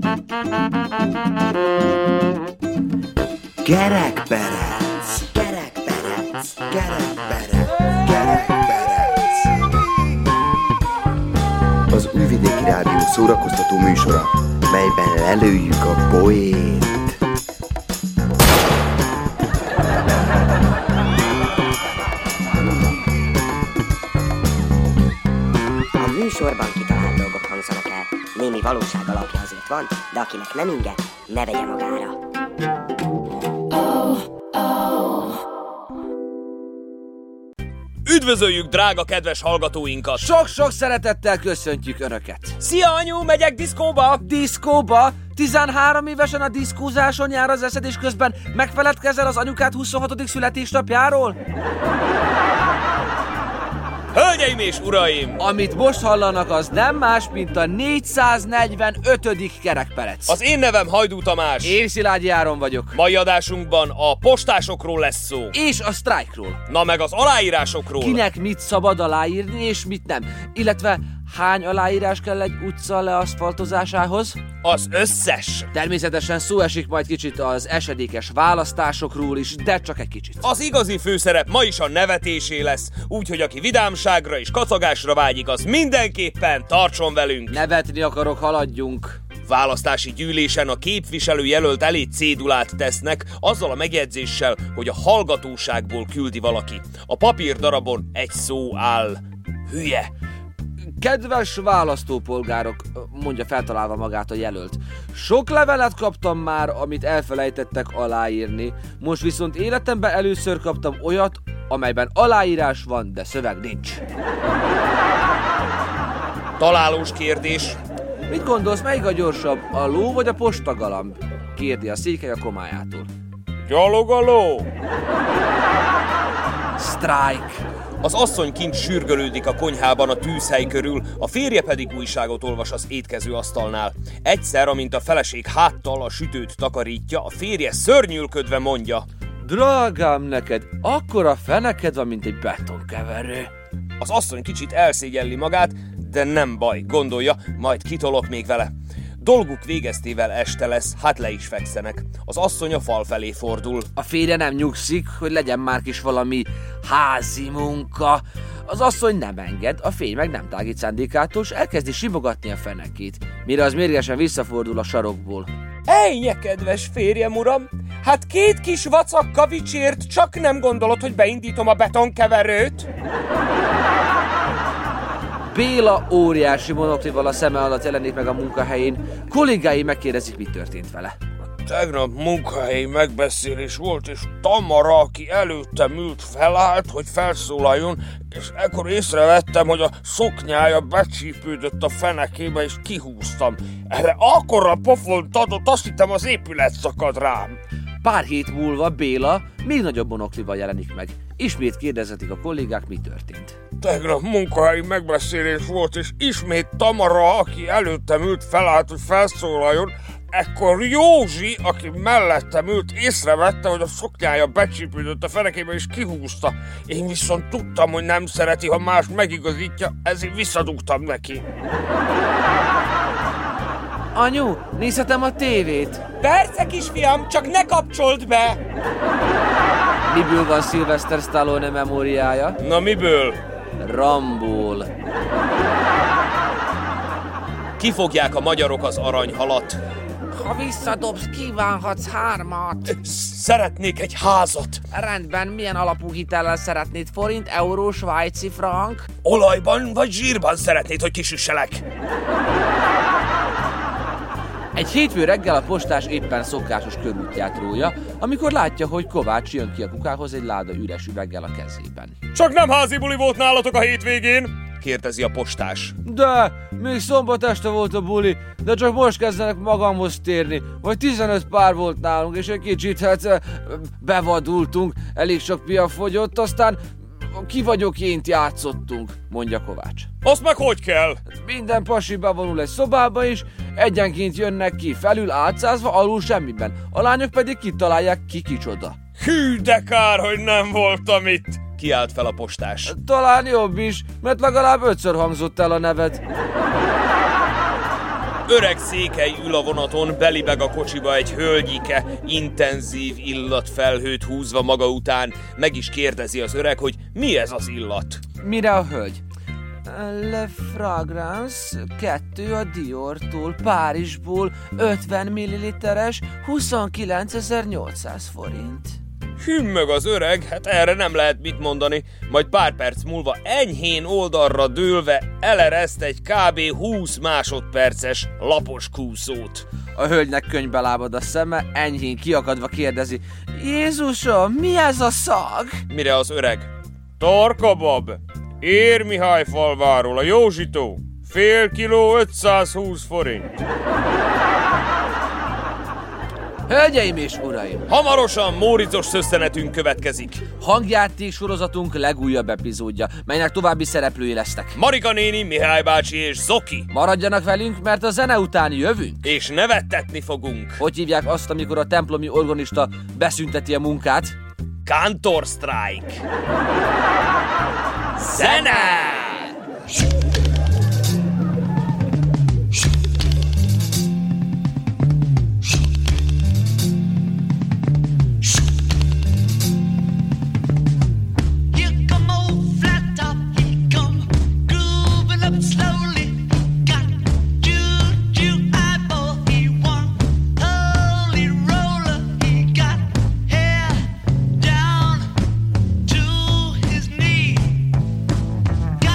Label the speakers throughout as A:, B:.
A: Kerekperec, kerekperec, kerekperec, kerekperec. Az Újvidéki Rádió szórakoztató műsora, melyben lelőjük a poént.
B: A műsorban kitalált dolgok hangzanak el. Némi valóság alapja azért van, de akinek nem inge, ne vegye magára.
C: Üdvözöljük, drága kedves hallgatóinkat!
D: Sok-sok szeretettel köszöntjük Önöket!
C: Szia, anyu, megyek diszkóba!
D: Diszkóba? 13 évesen a diszkózáson jár az eszed, és közben megfeledkezel az anyukád 26. születésnapjáról?
C: Hölgyeim és uraim!
D: Amit most hallanak, az nem más, mint a 445. kerekperec.
C: Az én nevem Hajdú Tamás.
D: Én Szilágyi Áron vagyok.
C: Mai adásunkban a postásokról lesz szó.
D: És a sztrájkról.
C: Na meg az aláírásokról.
D: Kinek mit szabad aláírni, és mit nem. Illetve hány aláírás kell egy utca leaszfaltozásához?
C: Az összes.
D: Természetesen szó esik majd kicsit az esedékes választásokról is, de csak egy kicsit.
C: Az igazi főszerep ma is a nevetésé lesz, úgyhogy aki vidámságra és kacagásra vágyik, az mindenképpen tartson velünk.
D: Nevetni akarok, haladjunk.
C: Választási gyűlésen a képviselő jelölt elé cédulát tesznek, azzal a megjegyzéssel, hogy a hallgatóságból küldi valaki. A papírdarabon egy szó áll. Hülye.
D: Kedves választópolgárok, mondja feltalálva magát a jelölt. Sok levelet kaptam már, amit elfelejtettek aláírni. Most viszont életemben először kaptam olyat, amelyben aláírás van, de szöveg nincs.
C: Találós kérdés.
D: Mit gondolsz, melyik a gyorsabb, a ló vagy a postagalamb? Kérdi a székely a komájától.
C: Gyalog a ló!
D: Strike!
C: Az asszony kint sürgölődik a konyhában a tűzhely körül, a férje pedig újságot olvas az étkező asztalnál. Egyszer, amint a feleség háttal a sütőt takarítja, a férje szörnyűlködve mondja:
D: Drágám, neked akkora feneked van, mint egy betonkeverő.
C: Az asszony kicsit elszégyelli magát, de nem baj, gondolja, majd kitolok még vele. Dolguk végeztével este lesz, hát le is fekszenek. Az asszony a fal felé fordul.
D: A férje nem nyugszik, hogy legyen már kis valami házi munka. Az asszony nem enged, a férj meg nem tágít szándékától, és elkezdi simogatni a fenekét, mire az mérgesen visszafordul a sarokból.
C: Ejnye, kedves férjem, uram! Hát 2 kis vacak kavicsért csak nem gondolod, hogy beindítom a betonkeverőt?
D: Béla óriási monoklival a szeme alatt jelenik meg a munkahelyén. Kollégái megkérdezik, mi történt vele.
E: Tegnap munkahelyi megbeszélés volt, és Tamara, aki előttem ült, felállt, hogy felszólaljon, és ekkor észrevettem, hogy a szoknyája becsípődött a fenekébe, és kihúztam. Erre akkora pofont adott, azt hittem, az épület szakad rám.
D: Pár hét múlva Béla még nagyobb monoklival jelenik meg. Ismét kérdezhetik a kollégák, mi történt.
E: Tegnap munkahelyi megbeszélés volt, és ismét Tamara, aki előttem ült, felállt, hogy felszólaljon. Ekkor Józsi, aki mellettem ült, észrevette, hogy a szoknyája becsípődött a fenekébe, és kihúzta. Én viszont tudtam, hogy nem szereti, ha más megigazítja, ezért visszadugtam neki.
D: Anyu, nézhetem a tévét?
C: Persze, kisfiam, csak ne kapcsold be!
D: Miből van Sylvester Stallone memóriája?
C: Na miből?
D: Ramból.
C: Kifogják a magyarok az aranyhalat.
D: Ha visszadobsz, kívánhatsz 3-at.
C: Szeretnék egy házat.
D: Rendben, milyen alapú hitellel szeretnéd? Forint, euró, svájci frank?
C: Olajban vagy zsírban szeretnéd, hogy kisüsselek?
D: Egy hétfő reggel a postás éppen szokásos körútját rója, amikor látja, hogy Kovács jön ki a kukához egy láda üres üveggel a kezében.
C: Csak nem házi buli volt nálatok a hétvégén? Kérdezi a postás.
D: De, még szombat este volt a buli, de csak most kezdenek magamhoz térni. Vagy 15 pár volt nálunk, és egy kicsit bevadultunk, elég sok pia fogyott, aztán ki vagyok ént játszottunk, mondja Kovács.
C: Azt meg hogy kell?
D: Minden pasi bevonul egy szobába is, egyenként jönnek ki, felül átszázva, alul semmiben. A lányok pedig kitalálják, ki kicsoda.
C: Hű, de kár, hogy nem voltam itt! Kiált fel a postás.
D: Talán jobb is, mert legalább 5-ször hangzott el a neved.
C: Öreg Székely ül a vonaton, belibeg a kocsiba egy hölgyike, intenzív illatfelhőt húzva maga után. Meg is kérdezi az öreg, hogy mi ez az illat.
D: Mire a hölgy? Le Fragrance 2 a Diortól, Párizsból, 50 ml-es, 29.800 forint.
C: Hümmög az öreg, hát erre nem lehet mit mondani, majd pár perc múlva enyhén oldalra dőlve elereszt egy kb. 20 másodperces lapos kúszót.
D: A hölgynek könyvbe lábad a szeme, enyhén kiakadva kérdezi: Jézusom, mi ez a szag?
C: Mire az öreg:
E: Tarkabab, Érmihályfalváról, a Józsitó, fél kiló 520 forint.
D: Hölgyeim és uraim!
C: Hamarosan Móricos szösszenetünk következik.
D: Hangjáték sorozatunk legújabb epizódja, melynek további szereplői lesznek.
C: Marika néni, Mihály bácsi és Zoki.
D: Maradjanak velünk, mert a zene után jövünk.
C: És nevettetni fogunk.
D: Hogy hívják azt, amikor a templomi organista beszünteti a munkát?
C: Kantor Strike. Zene!
F: Got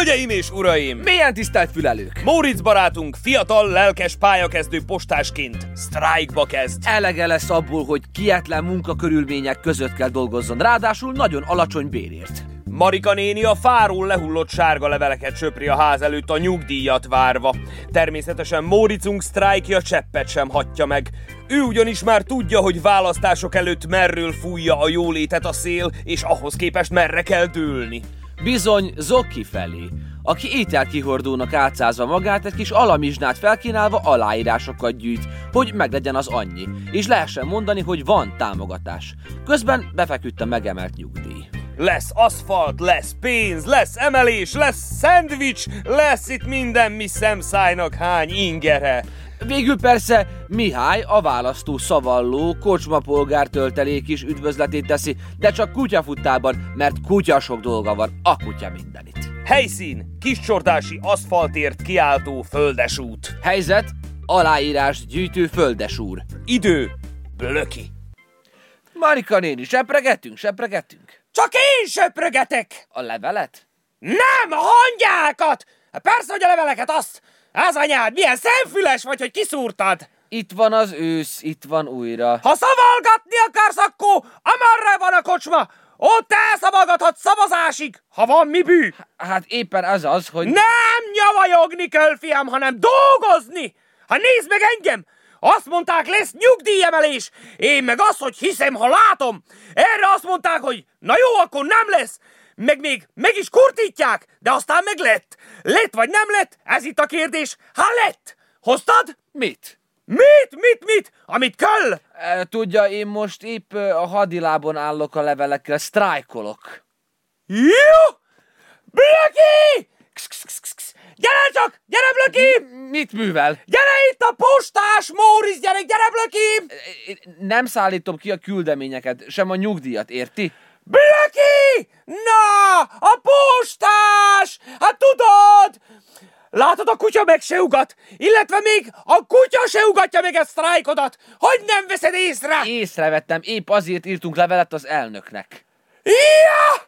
C: Hölgyeim és uraim!
D: Milyen tisztelt fülelők!
C: Móricz barátunk fiatal, lelkes pályakezdő postásként sztrájkba kezd.
D: Elege lesz abból, hogy kietlen munkakörülmények között kell dolgozzon, ráadásul nagyon alacsony bérért.
C: Marika néni a fáról lehullott sárga leveleket söpri a ház előtt a nyugdíjat várva. Természetesen Móriczunk sztrájkja cseppet sem hagyja meg. Ő ugyanis már tudja, hogy választások előtt merről fújja a jólétet a szél, és ahhoz képest merre kell dőlni.
D: Bizony Zoki felé, aki ételkihordónak átszázva magát, egy kis alamizsnát felkínálva aláírásokat gyűjt, hogy meglegyen az annyi, és lehessen mondani, hogy van támogatás. Közben befeküdt a megemelt nyugdíj.
C: Lesz aszfalt, lesz pénz, lesz emelés, lesz szendvics, lesz itt minden, mi szemszájnak hány ingere.
D: Végül persze Mihály, a választó szavalló kocsmapolgár töltelék is üdvözletét teszi, de csak kutyafutában, mert kutya sok dolga van, a kutya mindenit.
C: Helyszín, Kiscsordási aszfaltért kiáltó földesút.
D: Helyzet, aláírás gyűjtő földesúr.
C: Idő, blöki.
D: Marika néni, sepregetünk.
C: Csak én söprögetek!
D: A levelet?
C: Nem, a hangyákat! Persze, hogy a leveleket azt! Az anyád, milyen szemfüles vagy, hogy kiszúrtad!
D: Itt van az ősz, itt van újra.
C: Ha szavalgatni akarsz, akkor amarra van a kocsma! Ott elszavalgathatsz szavazásig, ha van mi bű!
D: Hát éppen az, hogy...
C: Nem nyavajogni kell, fiam, hanem dolgozni! Ha nézd meg engem! Azt mondták, lesz nyugdíjemelés! Én meg azt, hogy hiszem, ha látom! Erre azt mondták, hogy na jó, akkor nem lesz! Meg is kurtítják, de aztán meg lett. Lett vagy nem lett? Ez itt a kérdés. Ha lett! Hoztad?
D: Mit?
C: Mit? Amit kell?
D: Tudja, én most épp a hadilábon állok a levelekkel, sztrájkolok.
C: Jó! Blöki! Gyere csak! Gyere, Blöki!
D: Mit művel?
C: Gyere itt a postás, Móricz, gyere, Blöki!
D: Nem szállítom ki a küldeményeket, sem a nyugdíjat, érti?
C: Blöki! Na, a postás! Hát tudod! Látod, a kutya meg se ugat, illetve még a kutya se ugatja meg a sztrájkodat. Hogy nem veszed észre?
D: Észrevettem, épp azért írtunk levelet az elnöknek.
C: Ja!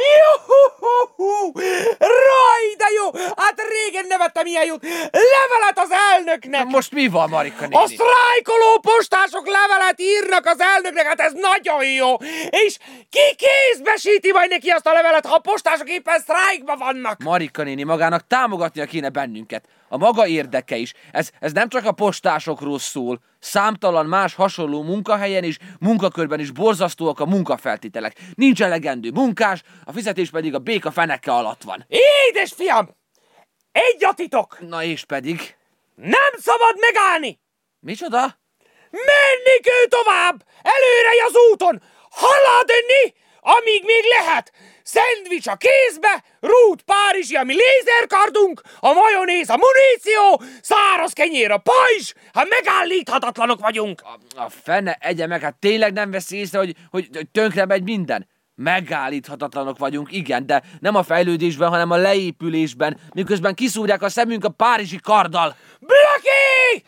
C: Raj, de jó! Hát régen nevettem ilyen jót! Levelet az elnöknek!
D: Most mi van, Marika néni?
C: A sztrájkoló postások levelet írnak az elnöknek, hát ez nagyon jó! És ki kézbesíti majd neki azt a levelet, ha a postások éppen sztrájkban vannak?
D: Marika néni, magának támogatnia kéne bennünket. A maga érdeke is. Ez nem csak a postásokról szól. Számtalan más hasonló munkahelyen és munkakörben is borzasztóak a munkafeltételek. Nincs elegendő munkás, a fizetés pedig a béka feneke alatt van.
C: Édes fiam! Egy a titok!
D: Na és pedig?
C: Nem szabad megállni!
D: Micsoda?
C: Menni kell tovább! Előre az úton! Haladni, amíg még lehet! Szendvics a kézbe, rút párizsi, ami lézerkardunk, a majonéz, a muníció, száraz kenyér a pajzs, ha megállíthatatlanok vagyunk.
D: A fene egye meg, hát tényleg nem veszi észre, hogy tönkre megy minden? Megállíthatatlanok vagyunk, igen, de nem a fejlődésben, hanem a leépülésben, miközben kiszúrják a szemünk a párizsi karddal.
C: Blöki!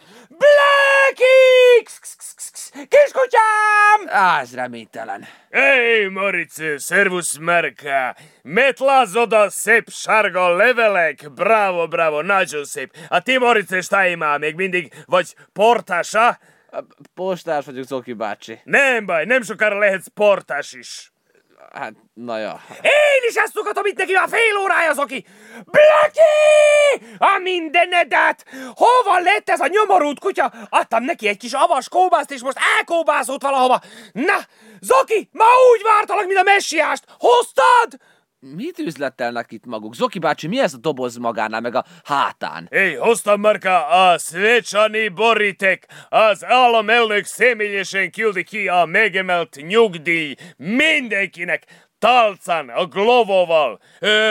C: Kiskutyám!
D: Ez reménytelen.
E: Hé, Móricz, szervusz, Merka! Metláz oda szép sárga levelek? Bravo, nagyon szép. A ti, Móricz, és tájémál még mindig vagy portása?
D: Postás vagyok, Zoki bácsi.
E: Nem baj, nem sokára lehetsz portás is.
D: Hát, na ja.
C: Én is ezt szokatom itt neki már fél órája, Zoki! Blöki! A mindenedet! Hova lett ez a nyomorult kutya? Adtam neki egy kis avas kóbászt, és most elkóbászott valahova. Na, Zoki, ma úgy vártalak, mint a messiást. Hoztad?
D: Mit üzletelnek itt maguk? Zoki bácsi, mi ez a doboz magánál, meg a hátán?
E: Hé, hoztam, Marka, a szvecsani boríték. Az államelnök személyesen küldi ki a megemelt nyugdíj mindenkinek. Tálcán, a glovóval,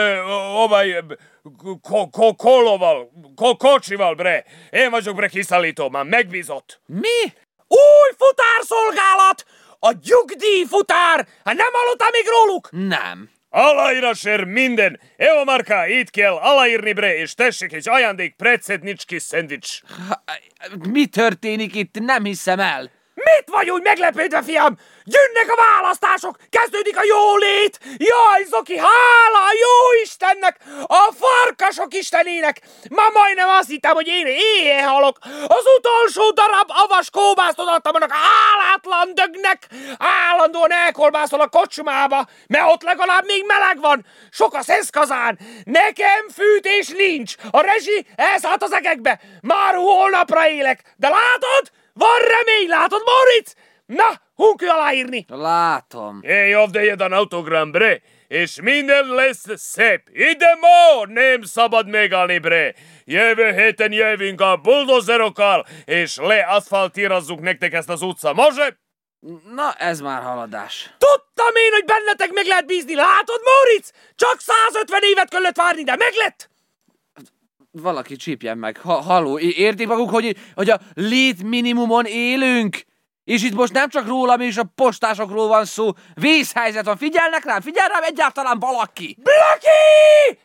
E: kocsival, bre. Én vagyok, bre, kiszállító, már megbízott.
D: Mi?
C: Új futárszolgálat! A nyugdíjfutár! Hát nem hallottál még róluk?
D: Nem.
E: Aláírásért minden. Evo, Marka, itt kell aláírni, bre, és tessék egy ajándék predsednicski szendvics.
D: Mi történik itt? Nem hiszem el.
C: Mit vagy úgy meglepődve, fiam? Jönnek a választások, kezdődik a jólét! Jaj, Zoki, hála a jó Istennek! A sok istenének! Ma majdnem azt hittem, hogy én éjjel halok! Az utolsó darab avas kóbászt odaadtam annak hálátlan dögnek! Állandóan elkolbászol a kocsmába, mert ott legalább még meleg van! Sok a szeszkazán! Nekem fűtés nincs! A rezsi elszállt az egekbe! Már holnapra élek! De látod? Van remény, látod, Moritz? Na, hunki aláírni!
D: Látom.
E: Én javdejed an autogram, bre, és minden lesz szép. Ide ma, nem szabad megállni, bre. Jövő héten jövünk a buldozerokkal, és leaszfaltírozzuk nektek ezt az utca, može?
D: Na, ez már haladás.
C: Tudtam én, hogy bennetek meg lehet bízni, látod, Moritz? Csak 150 évet kellett várni, de meglett!
D: Valaki csípjen meg. Halló, értik maguk, hogy a létminimumon élünk? És itt most nem csak rólam és a postásokról van szó. Vészhelyzet van. Figyelnek rám? Figyel rám egyáltalán valaki?
C: Blaki!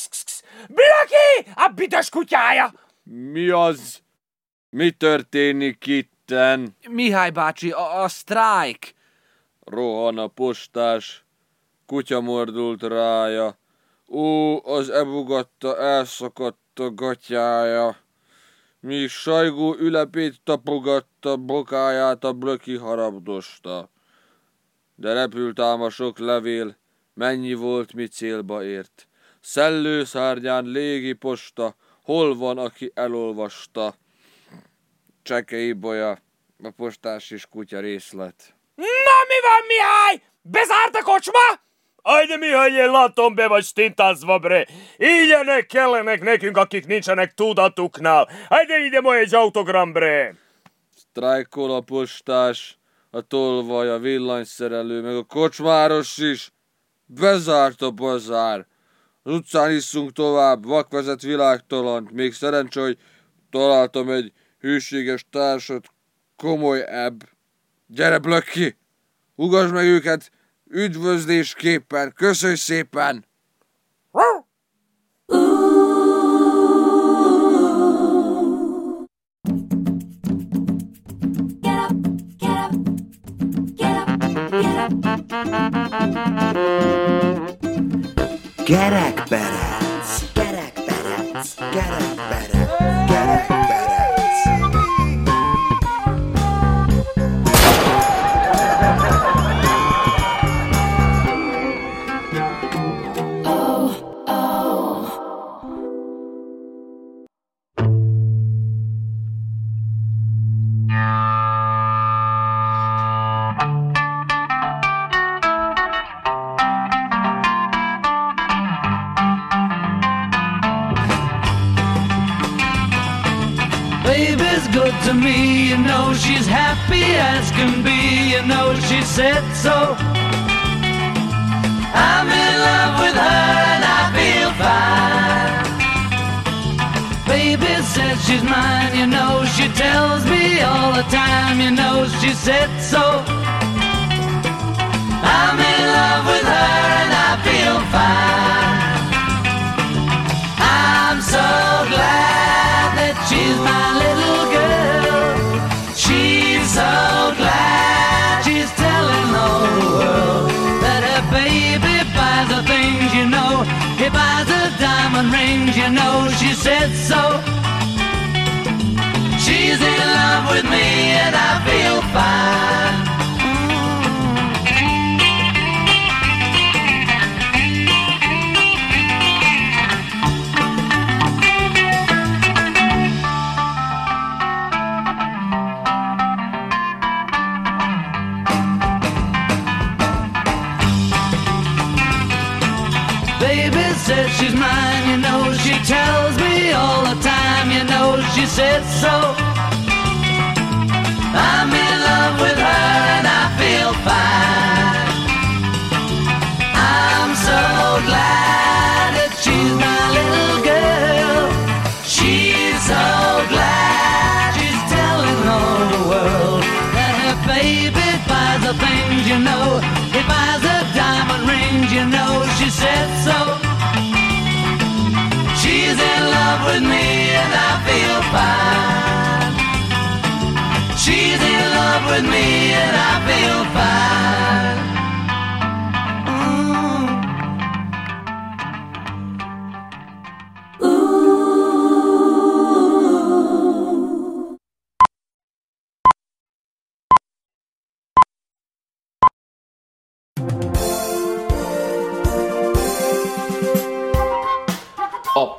C: Blaki! A büdös kutyája!
D: Mi az? Mi történik itten? Mihály bácsi, a sztrájk. Rohan a postás. Kutya mordult rája. Ó, az ebugatta, elszakadt a gatyája. Míg Sajgó ülepét tapogatta, bokáját a Blöki harabdosta. De repült ám a sok levél, mennyi volt, mi célba ért. Szellőszárnyán légi posta, hol van, aki elolvasta. Csekei Bolya, a postás és kutya részlet.
C: Na, mi van, Mihály? Bezárt a kocsma?
E: Ajde, Mihály, én látom, be vagy stintázva, bre. Ilyenek kellenek nekünk, akik nincsenek tudatuknál. Ajde, ide ma egy autogram, bre.
D: Sztrájkol a postás, a tolvaj, a villanyszerelő, meg a kocsmáros is. Bezárt a bazár. Az utcán isszunk tovább, vakvezet világtalant. Még szerencsé, hogy találtam egy hűséges társat, komoly ebb. Gyere, Blöki! Ugasd meg őket üdvözlésképpen. Köszönj szépen!
A: Gerekperec, gerekperec, gerekperec, gerekperec.
F: Baby's good to me, you know she's happy as can be, you know she said so. I'm in love with her and I feel fine. Baby says she's mine, you know she tells me all the time, you know she said so. I'm in love with her and I feel fine. I'm so glad that she's my little girl. She's so glad she's telling all the world that her baby buys the things, you know. He buys the diamond rings, you know. She said so. She's in love with me and I feel fine. Baby says she's mine, you know. She tells me all the time, you know. She said so. I'm in love with her and I feel fine. I'm so glad that she's my little girl. She's so glad she's telling all the world that her baby buys the things, you know. He buys the diamond rings, you know. She said so. She's in love with me and I feel fine. She's in love with me and I feel fine. Ooh.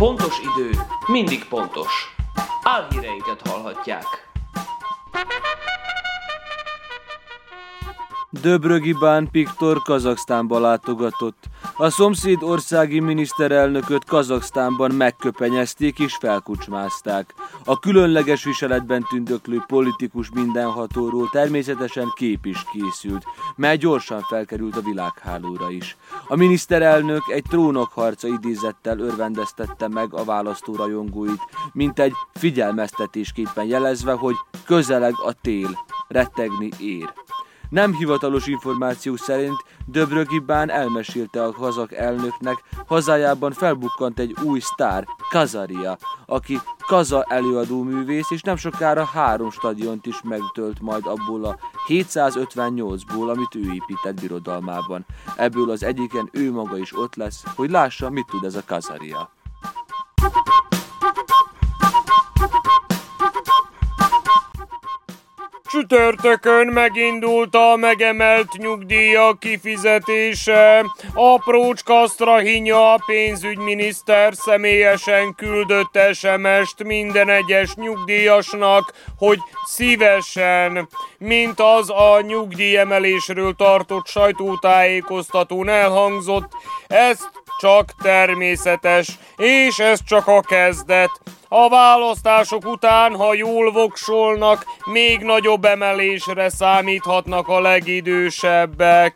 G: pontos idő mindig pontos. Álhíreinket hallhatják.
D: Döbrögi Bán Piktor Kazaksztánba látogatott. A szomszéd országi miniszterelnököt Kazaksztánban megköpenyezték és felkucsmázták. A különleges viseletben tündöklő politikus mindenhatóról természetesen kép is készült, mely gyorsan felkerült a világhálóra is. A miniszterelnök egy trónokharca idézettel örvendeztette meg a választórajongóit, mint egy figyelmeztetésképpen jelezve, hogy közeleg a tél, rettegni ér. Nem hivatalos információ szerint Döbrögi Bán elmesélte a kazak elnöknek, hazájában felbukkant egy új sztár, Kazaria, aki kaza előadóművész, és nem sokára 3 stadiont is megtölt majd abból a 758-ból, amit ő épített birodalmában. Ebből az egyiken ő maga is ott lesz, hogy lássa, mit tud ez a Kazaria.
E: Csütörtökön megindult a megemelt nyugdíjak kifizetése. Aprócska Sztrahinja, a pénzügyminiszter személyesen küldött SMS-t minden egyes nyugdíjasnak, hogy szívesen, mint az a nyugdíjemelésről tartott sajtótájékoztatón elhangzott, ez csak természetes, és ez csak a kezdet. A választások után, ha jól voksolnak, még nagyobb emelésre számíthatnak a legidősebbek.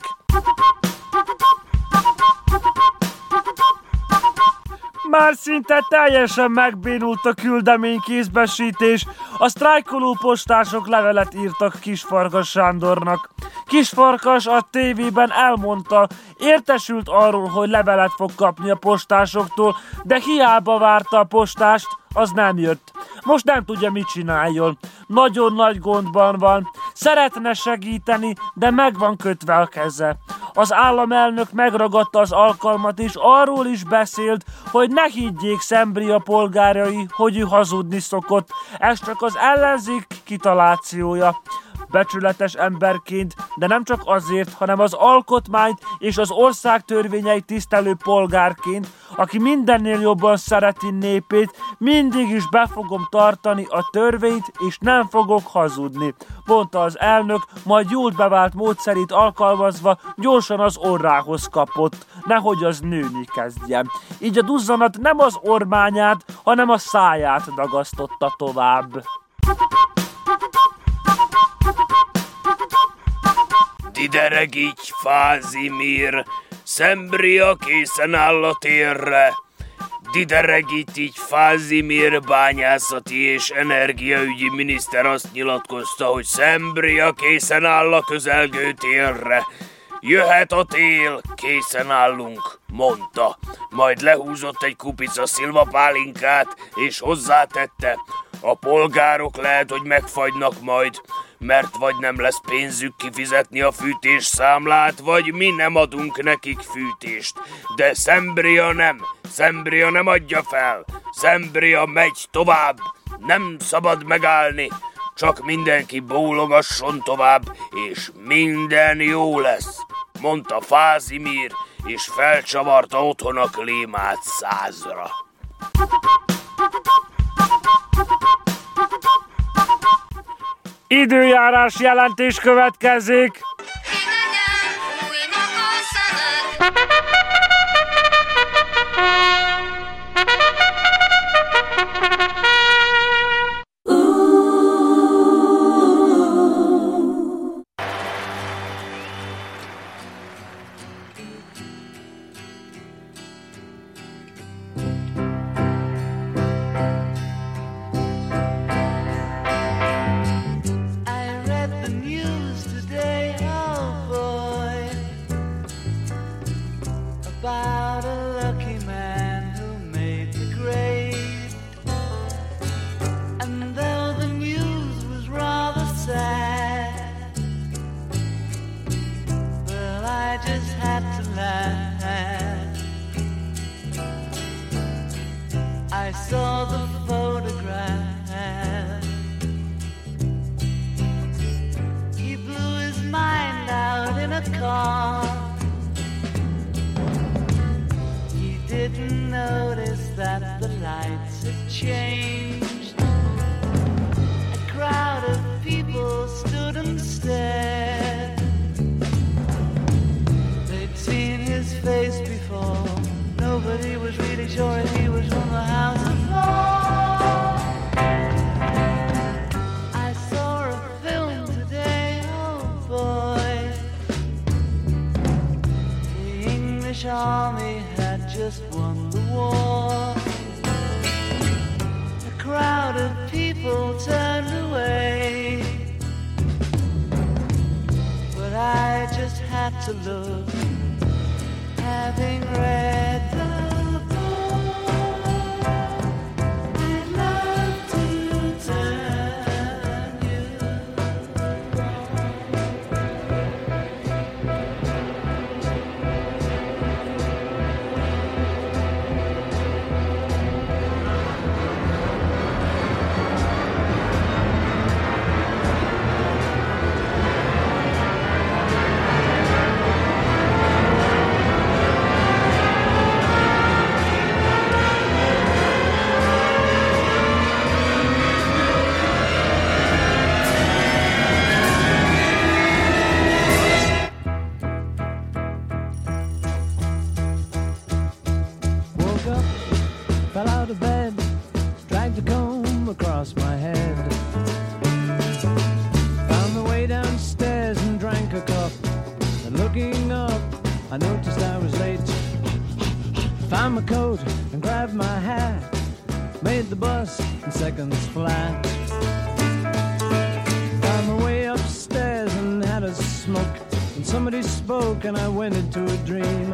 H: Már szinte teljesen megbénult a küldeménykézbesítés. A sztrájkoló postások levelet írtak Kisfarkas Sándornak. Kisfarkas a tévében elmondta, értesült arról, hogy levelet fog kapni a postásoktól, de hiába várta a postást, az nem jött. Most nem tudja, mit csináljon. Nagyon nagy gondban van. Szeretne segíteni, de meg van kötve a keze. Az államelnök megragadta az alkalmat, és arról is beszélt, hogy ne higgyék Szembria polgárai, hogy ő hazudni szokott. Ez csak az ellenzék kitalációja. Becsületes emberként, de nem csak azért, hanem az alkotmányt és az ország törvényeit tisztelő polgárként, aki mindennél jobban szereti népét, mindig is be fogom tartani a törvényt, és nem fogok hazudni, mondta az elnök, majd jól bevált módszerét alkalmazva gyorsan az orrához kapott, nehogy az nőni kezdjen. Így a duzzanat nem az ormányát, hanem a száját dagasztotta tovább.
E: Dideregígy, Fázimir, Szembria készen áll a térre. Dideregígy, Fázimir bányászati és energiaügyi miniszter azt nyilatkozta, hogy Szembria készen áll a közelgő térre. Jöhet a tél, készen állunk, mondta. Majd lehúzott egy kupica szilvapálinkát, és hozzátette, a polgárok lehet, hogy megfagynak majd, mert vagy nem lesz pénzük kifizetni a fűtésszámlát, vagy mi nem adunk nekik fűtést. De Szembria nem adja fel. Szembria megy tovább, nem szabad megállni. Csak mindenki bólogasson tovább, és minden jó lesz, mondta Fázimir, és felcsavarta otthon a klímát 100-ra.
H: Időjárás jelentés következik.
F: I saw the photograph. He blew his mind out in a car. He didn't notice that the sights had changed. A crowd of people stood and stared. They'd seen his face before. Nobody was really sure if he was from the House of Lords. I saw a film today, oh boy. The English army had just won the war. A crowd of people turned away, but I just had to look, having read the
I: fell out of bed, dragged a comb across my head. Found my way downstairs and drank a cup. And looking up, I noticed I was late. Found my coat and grabbed my hat. Made the bus in seconds flat. Found my way upstairs and had a smoke. And somebody spoke and I went into a dream.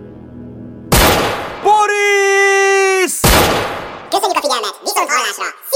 B: Köszönjük a figyelmet! Viszont hallásra!